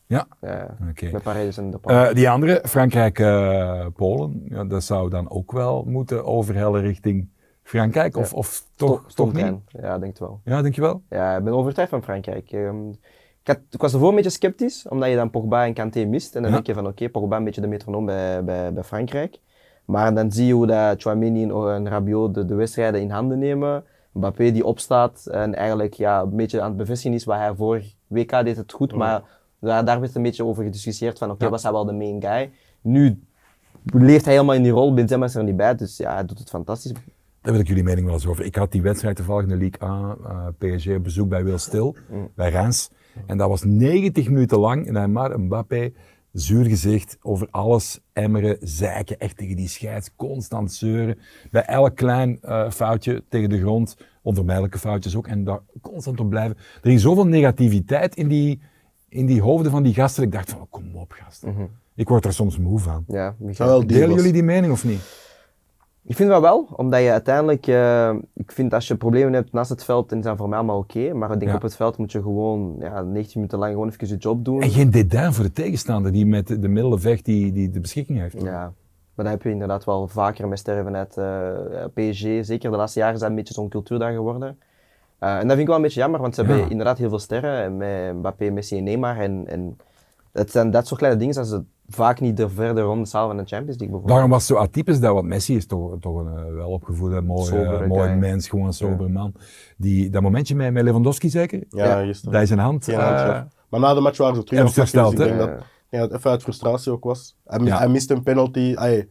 [SPEAKER 1] Ja,
[SPEAKER 2] ja
[SPEAKER 1] okay.
[SPEAKER 2] Met Parijs en de
[SPEAKER 1] uh, Die andere, Frankrijk-Polen, uh, ja, dat zou dan ook wel moeten overhellen richting Frankrijk, ja. of, of toch, Sto toch niet?
[SPEAKER 2] Ja, denk het wel.
[SPEAKER 1] Ja, denk je wel?
[SPEAKER 2] Ja, ik ben overtuigd van Frankrijk. Um, ik, had, ik was ervoor een beetje sceptisch, omdat je dan Pogba en Kanté mist. En dan ja. denk je van, oké, okay, Pogba een beetje de metronoom bij, bij, bij Frankrijk. Maar dan zie je hoe dat Tchouaméni en Rabiot de, de wedstrijden in handen nemen. Mbappé die opstaat en eigenlijk ja, een beetje aan het bevestigen is wat hij vorig W K deed het goed, ja. maar daar, daar werd een beetje over gediscussieerd van oké, okay, ja. was hij wel de main guy. Nu leeft hij helemaal in die rol, Benzema is er niet bij, dus ja, hij doet het fantastisch.
[SPEAKER 1] Daar wil ik jullie mening wel eens over. Ik had die wedstrijd toevallig in de Ligue A, uh, P S G op bezoek bij Will Still, mm. bij Reims. En dat was negentig minuten lang en hij maar Mbappé, zuur gezicht, over alles emmeren, zeiken, echt tegen die scheids, constant zeuren. Bij elk klein uh, foutje tegen de grond, onvermijdelijke foutjes ook, en daar constant op blijven. Er is zoveel negativiteit in die, in die hoofden van die gasten, ik dacht van, oh, kom op gasten. Mm-hmm. Ik word er soms moe van.
[SPEAKER 2] Ja,
[SPEAKER 1] Delen jullie die mening of niet?
[SPEAKER 2] Ik vind dat wel, omdat je uiteindelijk, uh, ik vind als je problemen hebt naast het veld, dan is dat voor mij allemaal oké. Okay, maar ik denk ja. op het veld moet je gewoon ja, negentig minuten lang gewoon even je job doen.
[SPEAKER 1] En geen dédain voor de tegenstander die met de middelen vecht die, die de beschikking heeft.
[SPEAKER 2] Ja, maar dat heb je inderdaad wel vaker met sterren vanuit uh, P S G. Zeker de laatste jaren is dat een beetje zo'n cultuur daar geworden. Uh, en dat vind ik wel een beetje jammer, want ze ja. hebben inderdaad heel veel sterren met Mbappé, Messi en Neymar. En, en het zijn dat soort kleine dingen dat ze vaak niet de verder ronde zaal van de Champions League bijvoorbeeld.
[SPEAKER 1] Daarom was het zo atypisch dat, want Messi is toch, toch een uh, welopgevoede, mooie, mooie mens, gewoon een sober ja. man. Die, dat momentje met, met Lewandowski zeker?
[SPEAKER 3] Ja, gisteren.
[SPEAKER 1] Dat is een hand.
[SPEAKER 3] Ja, uh, hand maar na de match waren ze terug
[SPEAKER 1] op hersteld.
[SPEAKER 3] Ik denk dat, ja, dat het even uit frustratie ook was. Hij, mis, ja. hij miste een penalty. Ay,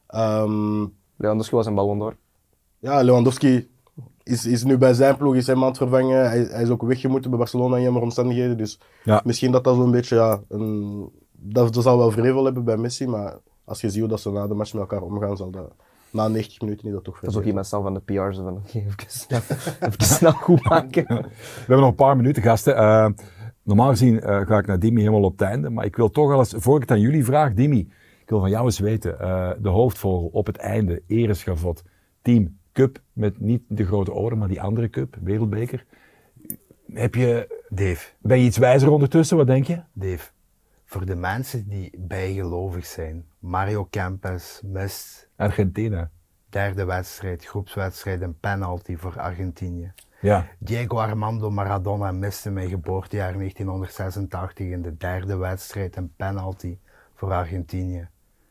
[SPEAKER 3] um,
[SPEAKER 2] Lewandowski was een ballon d'or.
[SPEAKER 3] Ja, Lewandowski is, is nu bij zijn ploeg, is hem aan het vervangen. Hij, hij is ook weggemoeten bij Barcelona in jammer omstandigheden. Dus ja. misschien dat dat zo'n beetje, ja, een, dat, dat zal wel vrevel hebben bij Messi, maar als je ziet hoe dat ze na de match met elkaar omgaan, zal dat na negentig minuten niet dat toch vrevel.
[SPEAKER 2] Dat is ook iemand snel van de P R's van even, even snel goed maken.
[SPEAKER 1] We hebben nog een paar minuten, gasten. Uh, normaal gezien uh, ga ik naar Dimi helemaal op het einde, maar ik wil toch al eens, voor ik het aan jullie vraag, Dimi, ik wil van jou eens weten, uh, de hoofdvogel op het einde, ereschavot, team, cup, met niet de grote oren, maar die andere cup, wereldbeker. Heb je,
[SPEAKER 4] Dave,
[SPEAKER 1] ben je iets wijzer ondertussen, wat denk je?
[SPEAKER 4] Dave, voor de mensen die bijgelovig zijn, Mario Kempes mist
[SPEAKER 1] Argentina.
[SPEAKER 4] Derde wedstrijd, groepswedstrijd, een penalty voor Argentinië.
[SPEAKER 1] Ja.
[SPEAKER 4] Diego Armando Maradona miste mijn geboortejaar negentien zesentachtig in de derde wedstrijd, een penalty voor Argentinië.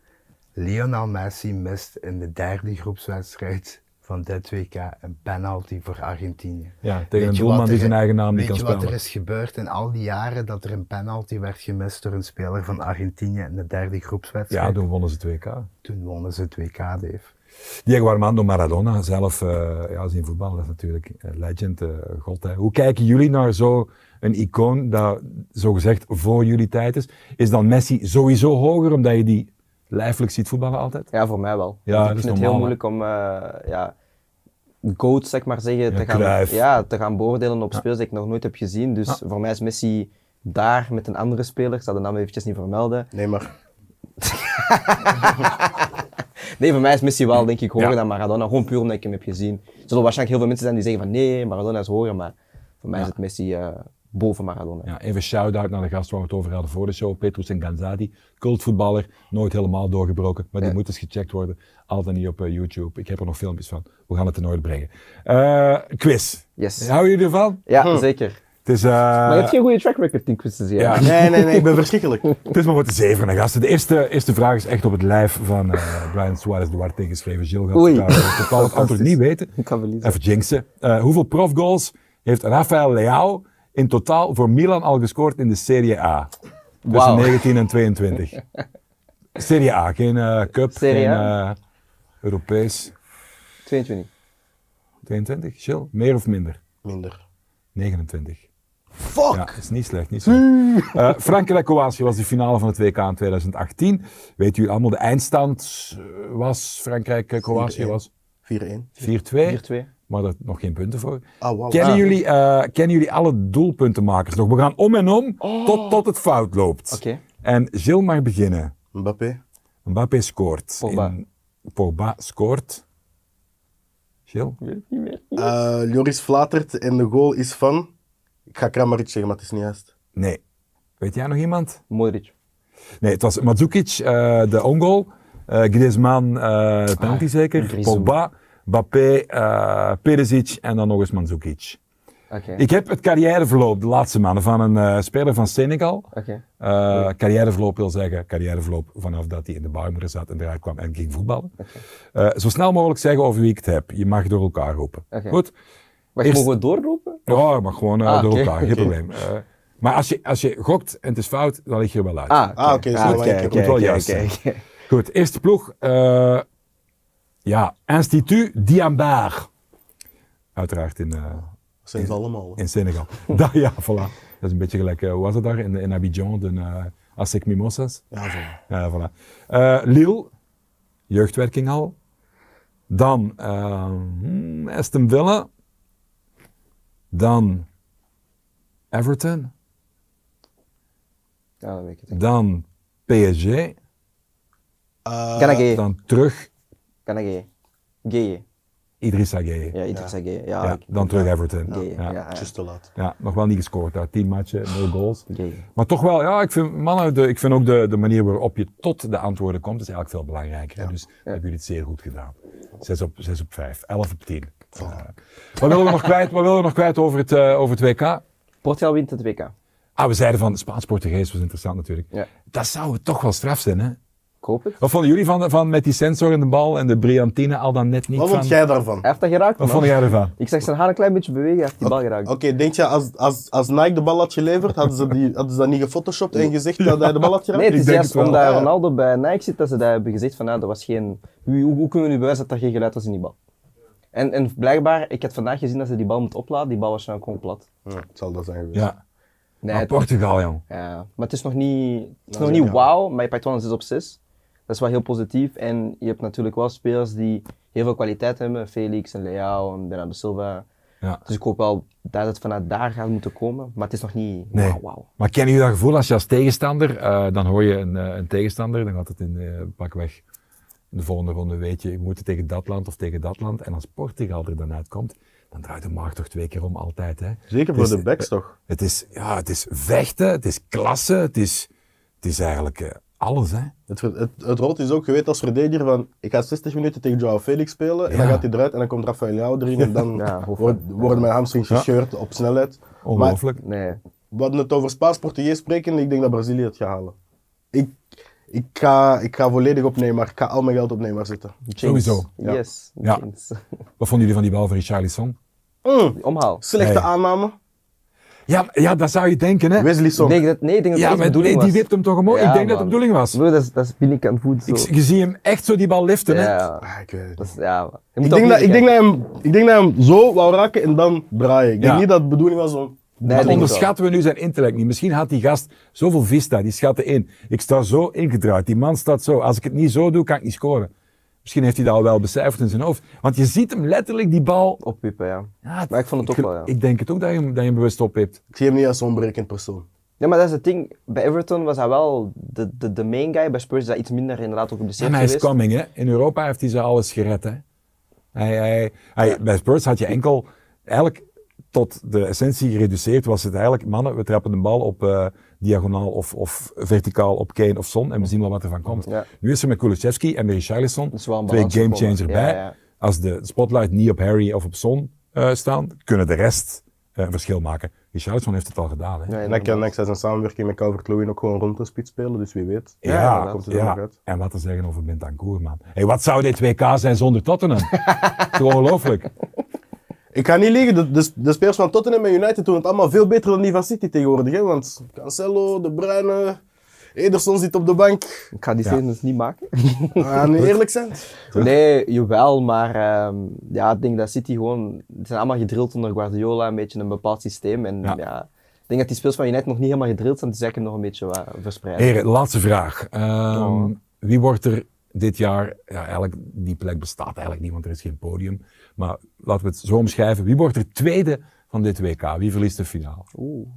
[SPEAKER 4] Lionel Messi mist in de derde groepswedstrijd van dit W K een penalty voor Argentinië.
[SPEAKER 1] Ja, tegen een doelman die zijn eigen naam niet kan spelen.
[SPEAKER 4] Weet je wat er is gebeurd in al die jaren dat er een penalty werd gemist door een speler van Argentinië in de derde groepswedstrijd?
[SPEAKER 1] Ja, toen wonnen ze het W K.
[SPEAKER 4] Toen wonnen ze het W K, Dave.
[SPEAKER 1] Diego Armando Maradona, zelf, uh, ja, zijn voetballer is natuurlijk uh, legend, uh, god. Hè. Hoe kijken jullie naar zo'n icoon dat zogezegd voor jullie tijd is? Is dan Messi sowieso hoger, omdat je die lijfelijk ziet voetballen altijd?
[SPEAKER 2] Ja, voor mij wel.
[SPEAKER 1] Ja,
[SPEAKER 2] ik vind het normaal, heel moeilijk om uh, ja, GOAT, zeg maar zeggen, ja, te, gaan, ja, te gaan beoordelen op ja. spelers die ik nog nooit heb gezien. Dus ja. voor mij is Messi daar met een andere speler. Ik zal de naam eventjes niet vermelden.
[SPEAKER 3] Nee, maar...
[SPEAKER 2] nee, voor mij is Messi wel, denk ik, hoger ja. dan Maradona. Gewoon puur omdat ik hem heb gezien. Er zullen waarschijnlijk heel veel mensen zijn die zeggen van nee, Maradona is hoger. Maar voor mij ja. is het Messi uh, boven Maradona.
[SPEAKER 1] Ja, even shout-out naar de gast waar we het over hadden voor de show. Petrus Nganzadi, cultvoetballer, nooit helemaal doorgebroken. Maar die ja. moet eens gecheckt worden. Altijd niet op uh, YouTube. Ik heb er nog filmpjes van. We gaan het er nooit brengen. Uh, quiz.
[SPEAKER 2] Yes.
[SPEAKER 1] Hou je ervan?
[SPEAKER 2] Ja, hm. zeker.
[SPEAKER 1] Het is, uh...
[SPEAKER 2] Maar je hebt geen goede track record in quizzes, ja.
[SPEAKER 3] ja. Nee, nee, nee, ik ben verschrikkelijk.
[SPEAKER 1] Het is maar wat te zeven, gasten. De eerste, eerste vraag is echt op het lijf van uh, Brian Suarez Duarte geschreven. Gilles gaat
[SPEAKER 2] Oei.
[SPEAKER 1] het totaal het antwoord niet weten.
[SPEAKER 2] Ik kan verliezen.
[SPEAKER 1] Even jinxen. Uh, hoeveel profgoals heeft Rafael Leao in totaal voor Milan al gescoord in de Serie A? Tussen wow. negentien en tweeëntwintig. Serie A, geen uh, cup,
[SPEAKER 2] Serie
[SPEAKER 1] geen uh, Europees.
[SPEAKER 2] tweeëntwintig.
[SPEAKER 1] tweeëntwintig, Gilles? Meer of minder?
[SPEAKER 3] Minder.
[SPEAKER 1] negenentwintig.
[SPEAKER 3] Fuck!
[SPEAKER 1] Ja, dat is niet slecht, niet slecht. Uh, Frankrijk-Kroatië was de finale van het W K in twintig achttien. Weet u allemaal, de eindstand was Frankrijk-Kroatië was?
[SPEAKER 3] vier-één.
[SPEAKER 1] vier-twee.
[SPEAKER 2] vier-twee.
[SPEAKER 1] Maar daar nog geen punten voor.
[SPEAKER 3] Oh, wow.
[SPEAKER 1] Kennen,
[SPEAKER 3] ah.
[SPEAKER 1] jullie, uh, kennen jullie alle doelpuntenmakers nog? We gaan om en om oh. tot, tot het fout loopt.
[SPEAKER 2] Okay.
[SPEAKER 1] En Gilles mag beginnen.
[SPEAKER 3] Mbappé.
[SPEAKER 1] Mbappé scoort.
[SPEAKER 2] Pogba.
[SPEAKER 1] In, Pogba scoort. Gilles?
[SPEAKER 2] Weet niet meer.
[SPEAKER 3] Uh, Joris flatert en de goal is van... Ik ga Kramaric zeggen, maar het is niet juist.
[SPEAKER 1] Nee. Weet jij nog iemand?
[SPEAKER 2] Modric.
[SPEAKER 1] Nee, het was Mandzukic, uh, de ongoal. Uh, Griezmann, uh, penalty ah, zeker. Griezmann. Pogba, Mbappé, uh, Perisic en dan nog eens Mandzukic. Okay. Ik heb het carrièreverloop de laatste maanden van een uh, speler van Senegal. Okay. Uh, carrièreverloop wil zeggen, carrièreverloop vanaf dat hij in de baarmoeder zat en eruit kwam en ging voetballen. Okay. Uh, zo snel mogelijk zeggen over wie ik het heb. Je mag door elkaar roepen.
[SPEAKER 2] Okay.
[SPEAKER 1] Goed?
[SPEAKER 2] Maar je mag gewoon doorroepen?
[SPEAKER 1] Ja, maar gewoon uh, ah, door okay. elkaar, geen okay. probleem. Uh, maar als je, als je gokt en het is fout, dan lig je er wel uit.
[SPEAKER 2] Ah, oké. Okay. Ah, okay.
[SPEAKER 1] ah, okay. Het moet wel juist zijn. Okay. Goed, eerste ploeg. Uh, ja, Institut Diambar. Uiteraard in... Uh,
[SPEAKER 3] zijn ze allemaal.
[SPEAKER 1] In Senegal. da, ja, voilà. Dat is een beetje gelijk, uh, hoe was het daar? In, in Abidjan, de uh, Asec Mimosas.
[SPEAKER 3] Ja, voilà.
[SPEAKER 1] Ja, voilà. Uh, Lille, jeugdwerking al. Dan uh, hmm, Aston Villa. Dan Everton.
[SPEAKER 2] Ja, dat weet ik het.
[SPEAKER 1] Dan P S G.
[SPEAKER 2] Uh,
[SPEAKER 1] dan terug.
[SPEAKER 2] Kanagé. Gay.
[SPEAKER 1] Idrissa Gueye.
[SPEAKER 2] Ja, Idrissa Gueye. Ja,
[SPEAKER 1] ja, dan terug Everton.
[SPEAKER 3] Ja, ja. ja. Just te laat.
[SPEAKER 1] Ja, nog wel niet gescoord daar. Tien matchen, nul goals. Gueye. Maar toch wel, ja, ik vind, mannen, de, ik vind ook de, de manier waarop je tot de antwoorden komt, is eigenlijk veel belangrijker. Ja. Dus ja. hebben jullie het zeer goed gedaan. Zes op, zes op vijf, elf op tien. Uh, wat willen we nog kwijt, wat willen we nog kwijt over het, uh, over het W K?
[SPEAKER 2] Portugal wint het W K.
[SPEAKER 1] Ah, we zeiden van Spaans-Portugees was interessant natuurlijk.
[SPEAKER 2] Ja.
[SPEAKER 1] Dat zou toch wel straf zijn, hè?
[SPEAKER 2] Het.
[SPEAKER 1] Wat vonden jullie van, van met die sensor in de bal en de Briantine al dan net niet
[SPEAKER 3] Wat
[SPEAKER 1] van...
[SPEAKER 3] vond jij daarvan?
[SPEAKER 2] Hij heeft dat geraakt,
[SPEAKER 1] Wat man. vond jij ervan?
[SPEAKER 2] Ik zag zijn haar een klein beetje bewegen, hij heeft die
[SPEAKER 3] okay.
[SPEAKER 2] bal geraakt.
[SPEAKER 3] Oké, okay, denk je als, als, als Nike de bal had geleverd, hadden ze, die, hadden ze dat niet gefotoshopt en gezegd dat hij de bal had geraakt?
[SPEAKER 2] Nee, het is juist omdat ja. Ronaldo bij Nike zit dat ze dat hebben gezegd van nou, dat was geen... Hoe, hoe kunnen we nu bewijzen dat er geen geluid was in die bal? En, en blijkbaar, ik heb vandaag gezien dat ze die bal moet opladen, die bal was nou gewoon plat.
[SPEAKER 3] Ja, het zal dat zijn geweest.
[SPEAKER 1] Ja. Nee, ah, Portugal, jong.
[SPEAKER 2] Ja, maar het is nog niet, het is nog niet wauw, maar je pakt wel een zes op zes. Dat is wel heel positief en je hebt natuurlijk wel spelers die heel veel kwaliteit hebben. Felix en Leao en Bernardo Silva. Ja. Dus ik hoop wel dat het vanuit daar gaat moeten komen, maar het is nog niet
[SPEAKER 1] nee.
[SPEAKER 2] wauw. Wow.
[SPEAKER 1] Maar ken je dat gevoel als je als tegenstander, uh, dan hoor je een, uh, een tegenstander, dan gaat het in uh, pakweg de volgende ronde, weet je, je moet het tegen dat land of tegen dat land. En als Portugal er dan uitkomt, dan draait de markt toch twee keer om altijd. Hè.
[SPEAKER 3] Zeker voor is, de backs toch?
[SPEAKER 1] Het is, ja, het is vechten, het is klasse, het is, het is eigenlijk... Uh, alles, hè.
[SPEAKER 3] Het, het, het rood is ook geweten als verdediger van, ik ga zestig minuten tegen Joao Felix spelen, en ja. dan gaat hij eruit en dan komt Rafael Leao erin en dan ja, wordt, worden mijn hamstrings gescheurd ja. op snelheid.
[SPEAKER 1] Ongelooflijk.
[SPEAKER 2] Maar, nee.
[SPEAKER 3] We hadden het over Spaans-Portugees spreken, ik denk dat Brazilië het gaat halen. Ik, ik, ga, ik ga volledig op Neymar, ik ga al mijn geld op Neymar zetten.
[SPEAKER 1] James. Sowieso.
[SPEAKER 2] Ja. Yes,
[SPEAKER 1] ja. Wat vonden jullie van die bal van Richarlison?
[SPEAKER 3] Mm.
[SPEAKER 2] Omhaal.
[SPEAKER 3] Slechte hey. aanname.
[SPEAKER 1] Ja, ja, dat zou je denken, hè?
[SPEAKER 3] Wesley Song.
[SPEAKER 2] Ik denk dat, nee, ik denk dat
[SPEAKER 1] ja,
[SPEAKER 2] dat de bedoeling
[SPEAKER 1] die wipt hem toch omhoog? Ja, ik denk man. dat het de bedoeling was.
[SPEAKER 2] Bro, dat is, dat is binnenkant voet zo.
[SPEAKER 1] Ik, je ziet hem echt zo die bal liften,
[SPEAKER 2] ja,
[SPEAKER 1] hè?
[SPEAKER 2] Ja,
[SPEAKER 3] ah, ik weet het.
[SPEAKER 2] Dat is, ja,
[SPEAKER 3] ik, denk dat, ik, denk dat hem, ik denk dat hem zo wou raken en dan draaien. Ik denk ja. niet dat het de bedoeling was om...
[SPEAKER 1] Nee, maar onderschatten we nu zijn intellect niet. Misschien had die gast zoveel vista, die schatte in. Ik sta zo ingedraaid, die man staat zo. Als ik het niet zo doe, kan ik niet scoren. Misschien heeft hij dat al wel becijferd in zijn hoofd. Want je ziet hem letterlijk die bal...
[SPEAKER 2] Opwippen, ja. ja maar ik vond het ook
[SPEAKER 1] ik,
[SPEAKER 2] wel, ja.
[SPEAKER 1] Ik denk het ook dat je, dat je hem bewust opwipt.
[SPEAKER 3] Ik zie hem niet als zo'n berekend persoon.
[SPEAKER 2] Ja, maar dat is het ding. Bij Everton was hij wel de, de, de main guy. Bij Spurs is hij iets minder inderdaad ook geblesseerd
[SPEAKER 1] geweest.
[SPEAKER 2] Ja,
[SPEAKER 1] maar hij is coming, hè. In Europa heeft hij ze alles gered, hè. Hij, hij, hij, ja. Bij Spurs had je enkel... Eigenlijk tot de essentie gereduceerd was het eigenlijk... Mannen, we trappen de bal op uh, diagonaal of, of verticaal op Kane of Son en we zien wel wat er van komt. Ja. Nu is er met Kulusevski en met Richarlison twee gamechanger bij. Ja, ja. Als de spotlight niet op Harry of op Son uh, staan, kunnen de rest uh, een verschil maken. Richarlison heeft het al gedaan. Hè.
[SPEAKER 3] Ja, en dan kan ik zijn samenwerking met Calvert-Lewin ook gewoon rond de spits spelen, dus wie weet.
[SPEAKER 1] Ja, ja, komt het er ja. nog uit. En wat te zeggen over Bentancur, man. Hey, wat zou dit W K zijn zonder Tottenham? Het is ongelooflijk.
[SPEAKER 3] Ik ga niet liegen, de, de, de spelers van Tottenham en United doen het allemaal veel beter dan die van City tegenwoordig. Hè? Want Cancelo, De Bruyne, Ederson zit op de bank.
[SPEAKER 2] Ik ga die statements ja. niet maken.
[SPEAKER 3] We gaan nu eerlijk zijn.
[SPEAKER 2] Nee, jawel, maar um, ja, ik denk dat City gewoon... Ze zijn allemaal gedrild onder Guardiola, een beetje een bepaald systeem. En ja, ja ik denk dat die spelers van United nog niet helemaal gedrild zijn, dus eigenlijk nog een beetje wat verspreid.
[SPEAKER 1] Heren, laatste vraag. Um, oh. Wie wordt er dit jaar, ja, eigenlijk, die plek bestaat eigenlijk niet, want er is geen podium. Maar laten we het zo omschrijven. Wie wordt er tweede van dit W K? Wie verliest de finale?
[SPEAKER 2] Oeh.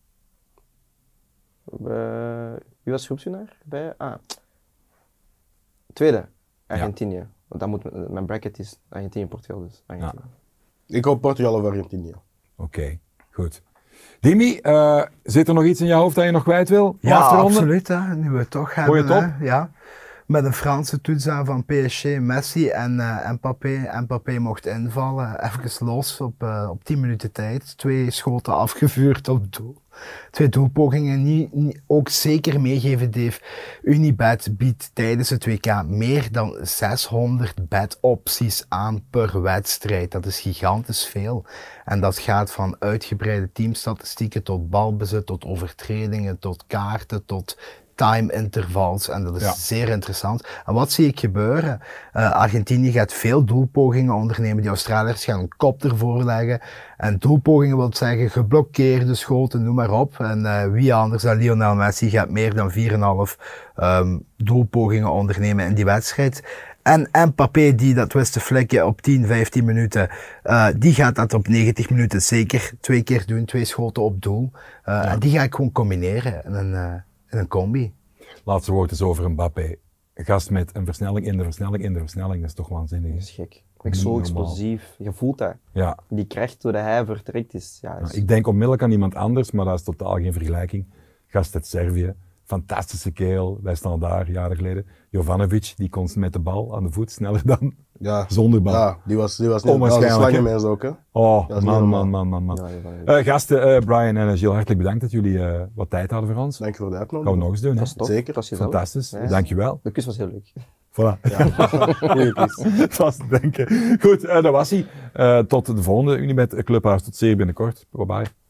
[SPEAKER 2] Uh, wie was groepswinnaar? Bij? Ah. Tweede. Argentinië. Ja. Want dan moet, mijn bracket is Argentinië-Portugal, dus Argentinië.
[SPEAKER 3] Ja. Ik hoop Portugal of Argentinië.
[SPEAKER 1] Oké, okay, goed. Dimi, uh, zit er nog iets in je hoofd dat je nog kwijt wil?
[SPEAKER 4] Ja, absoluut. Hè. Nu we het toch hebben.
[SPEAKER 1] Goeie top.
[SPEAKER 4] Hè, ja. Met een Franse toets aan van P S G, Messi en uh, Mbappé. Mbappé mocht invallen, even los op, uh, op tien minuten tijd. Twee schoten afgevuurd op doel. Twee doelpogingen, niet, niet, ook zeker meegeven Dave. Unibet biedt tijdens het W K meer dan zeshonderd bet-opties aan per wedstrijd. Dat is gigantisch veel. En dat gaat van uitgebreide teamstatistieken tot balbezit, tot overtredingen, tot kaarten, tot time intervals. En dat is ja. zeer interessant. En wat zie ik gebeuren? Uh, Argentinië gaat veel doelpogingen ondernemen. Die Australiërs gaan een kop ervoor leggen. En doelpogingen wil zeggen geblokkeerde schoten, noem maar op. En uh, wie anders dan Lionel Messi gaat meer dan vier komma vijf um, doelpogingen ondernemen in die wedstrijd. En Mbappé, die dat wist te flikken op tien, vijftien minuten, uh, die gaat dat op negentig minuten zeker twee keer doen. Twee schoten op doel. Uh, ja. En die ga ik gewoon combineren in een, uh, in een combi.
[SPEAKER 1] Laatste woord is over Mbappé. Een gast met een versnelling in de versnelling in de versnelling, dat is toch waanzinnig.
[SPEAKER 2] Dat is gek. Ik zo explosief. Je voelt dat.
[SPEAKER 1] Ja.
[SPEAKER 2] Die kracht doordat hij vertrekt is. Ja, is...
[SPEAKER 1] Ja, ik denk onmiddellijk aan iemand anders, maar dat is totaal geen vergelijking. Gast uit Servië. Fantastische kerel. Wij staan daar jaren geleden. Jovanovic, die kon met de bal aan de voet sneller dan
[SPEAKER 3] ja.
[SPEAKER 1] zonder bal.
[SPEAKER 3] Ja, die was, die was niet onwaarschijnlijk. Ja, mens ook, hè?
[SPEAKER 1] Oh, man, man, man, man, man. Ja, uh, gasten, uh, Brian en Gilles, hartelijk bedankt dat jullie uh, wat tijd hadden voor ons.
[SPEAKER 3] Dank je voor de uitnodiging.
[SPEAKER 1] Gaan we nog eens doen, hè?
[SPEAKER 2] Dat is
[SPEAKER 3] Zeker.
[SPEAKER 2] Dat is
[SPEAKER 1] fantastisch.
[SPEAKER 2] Ja.
[SPEAKER 1] Dankjewel.
[SPEAKER 2] De kus was heel leuk.
[SPEAKER 1] Voilà.
[SPEAKER 3] Ja.
[SPEAKER 1] Dat was te denken. Goed, uh, dat was hij. Uh, tot de volgende Unibet Clubhouse. Tot zeer binnenkort. Bye bye.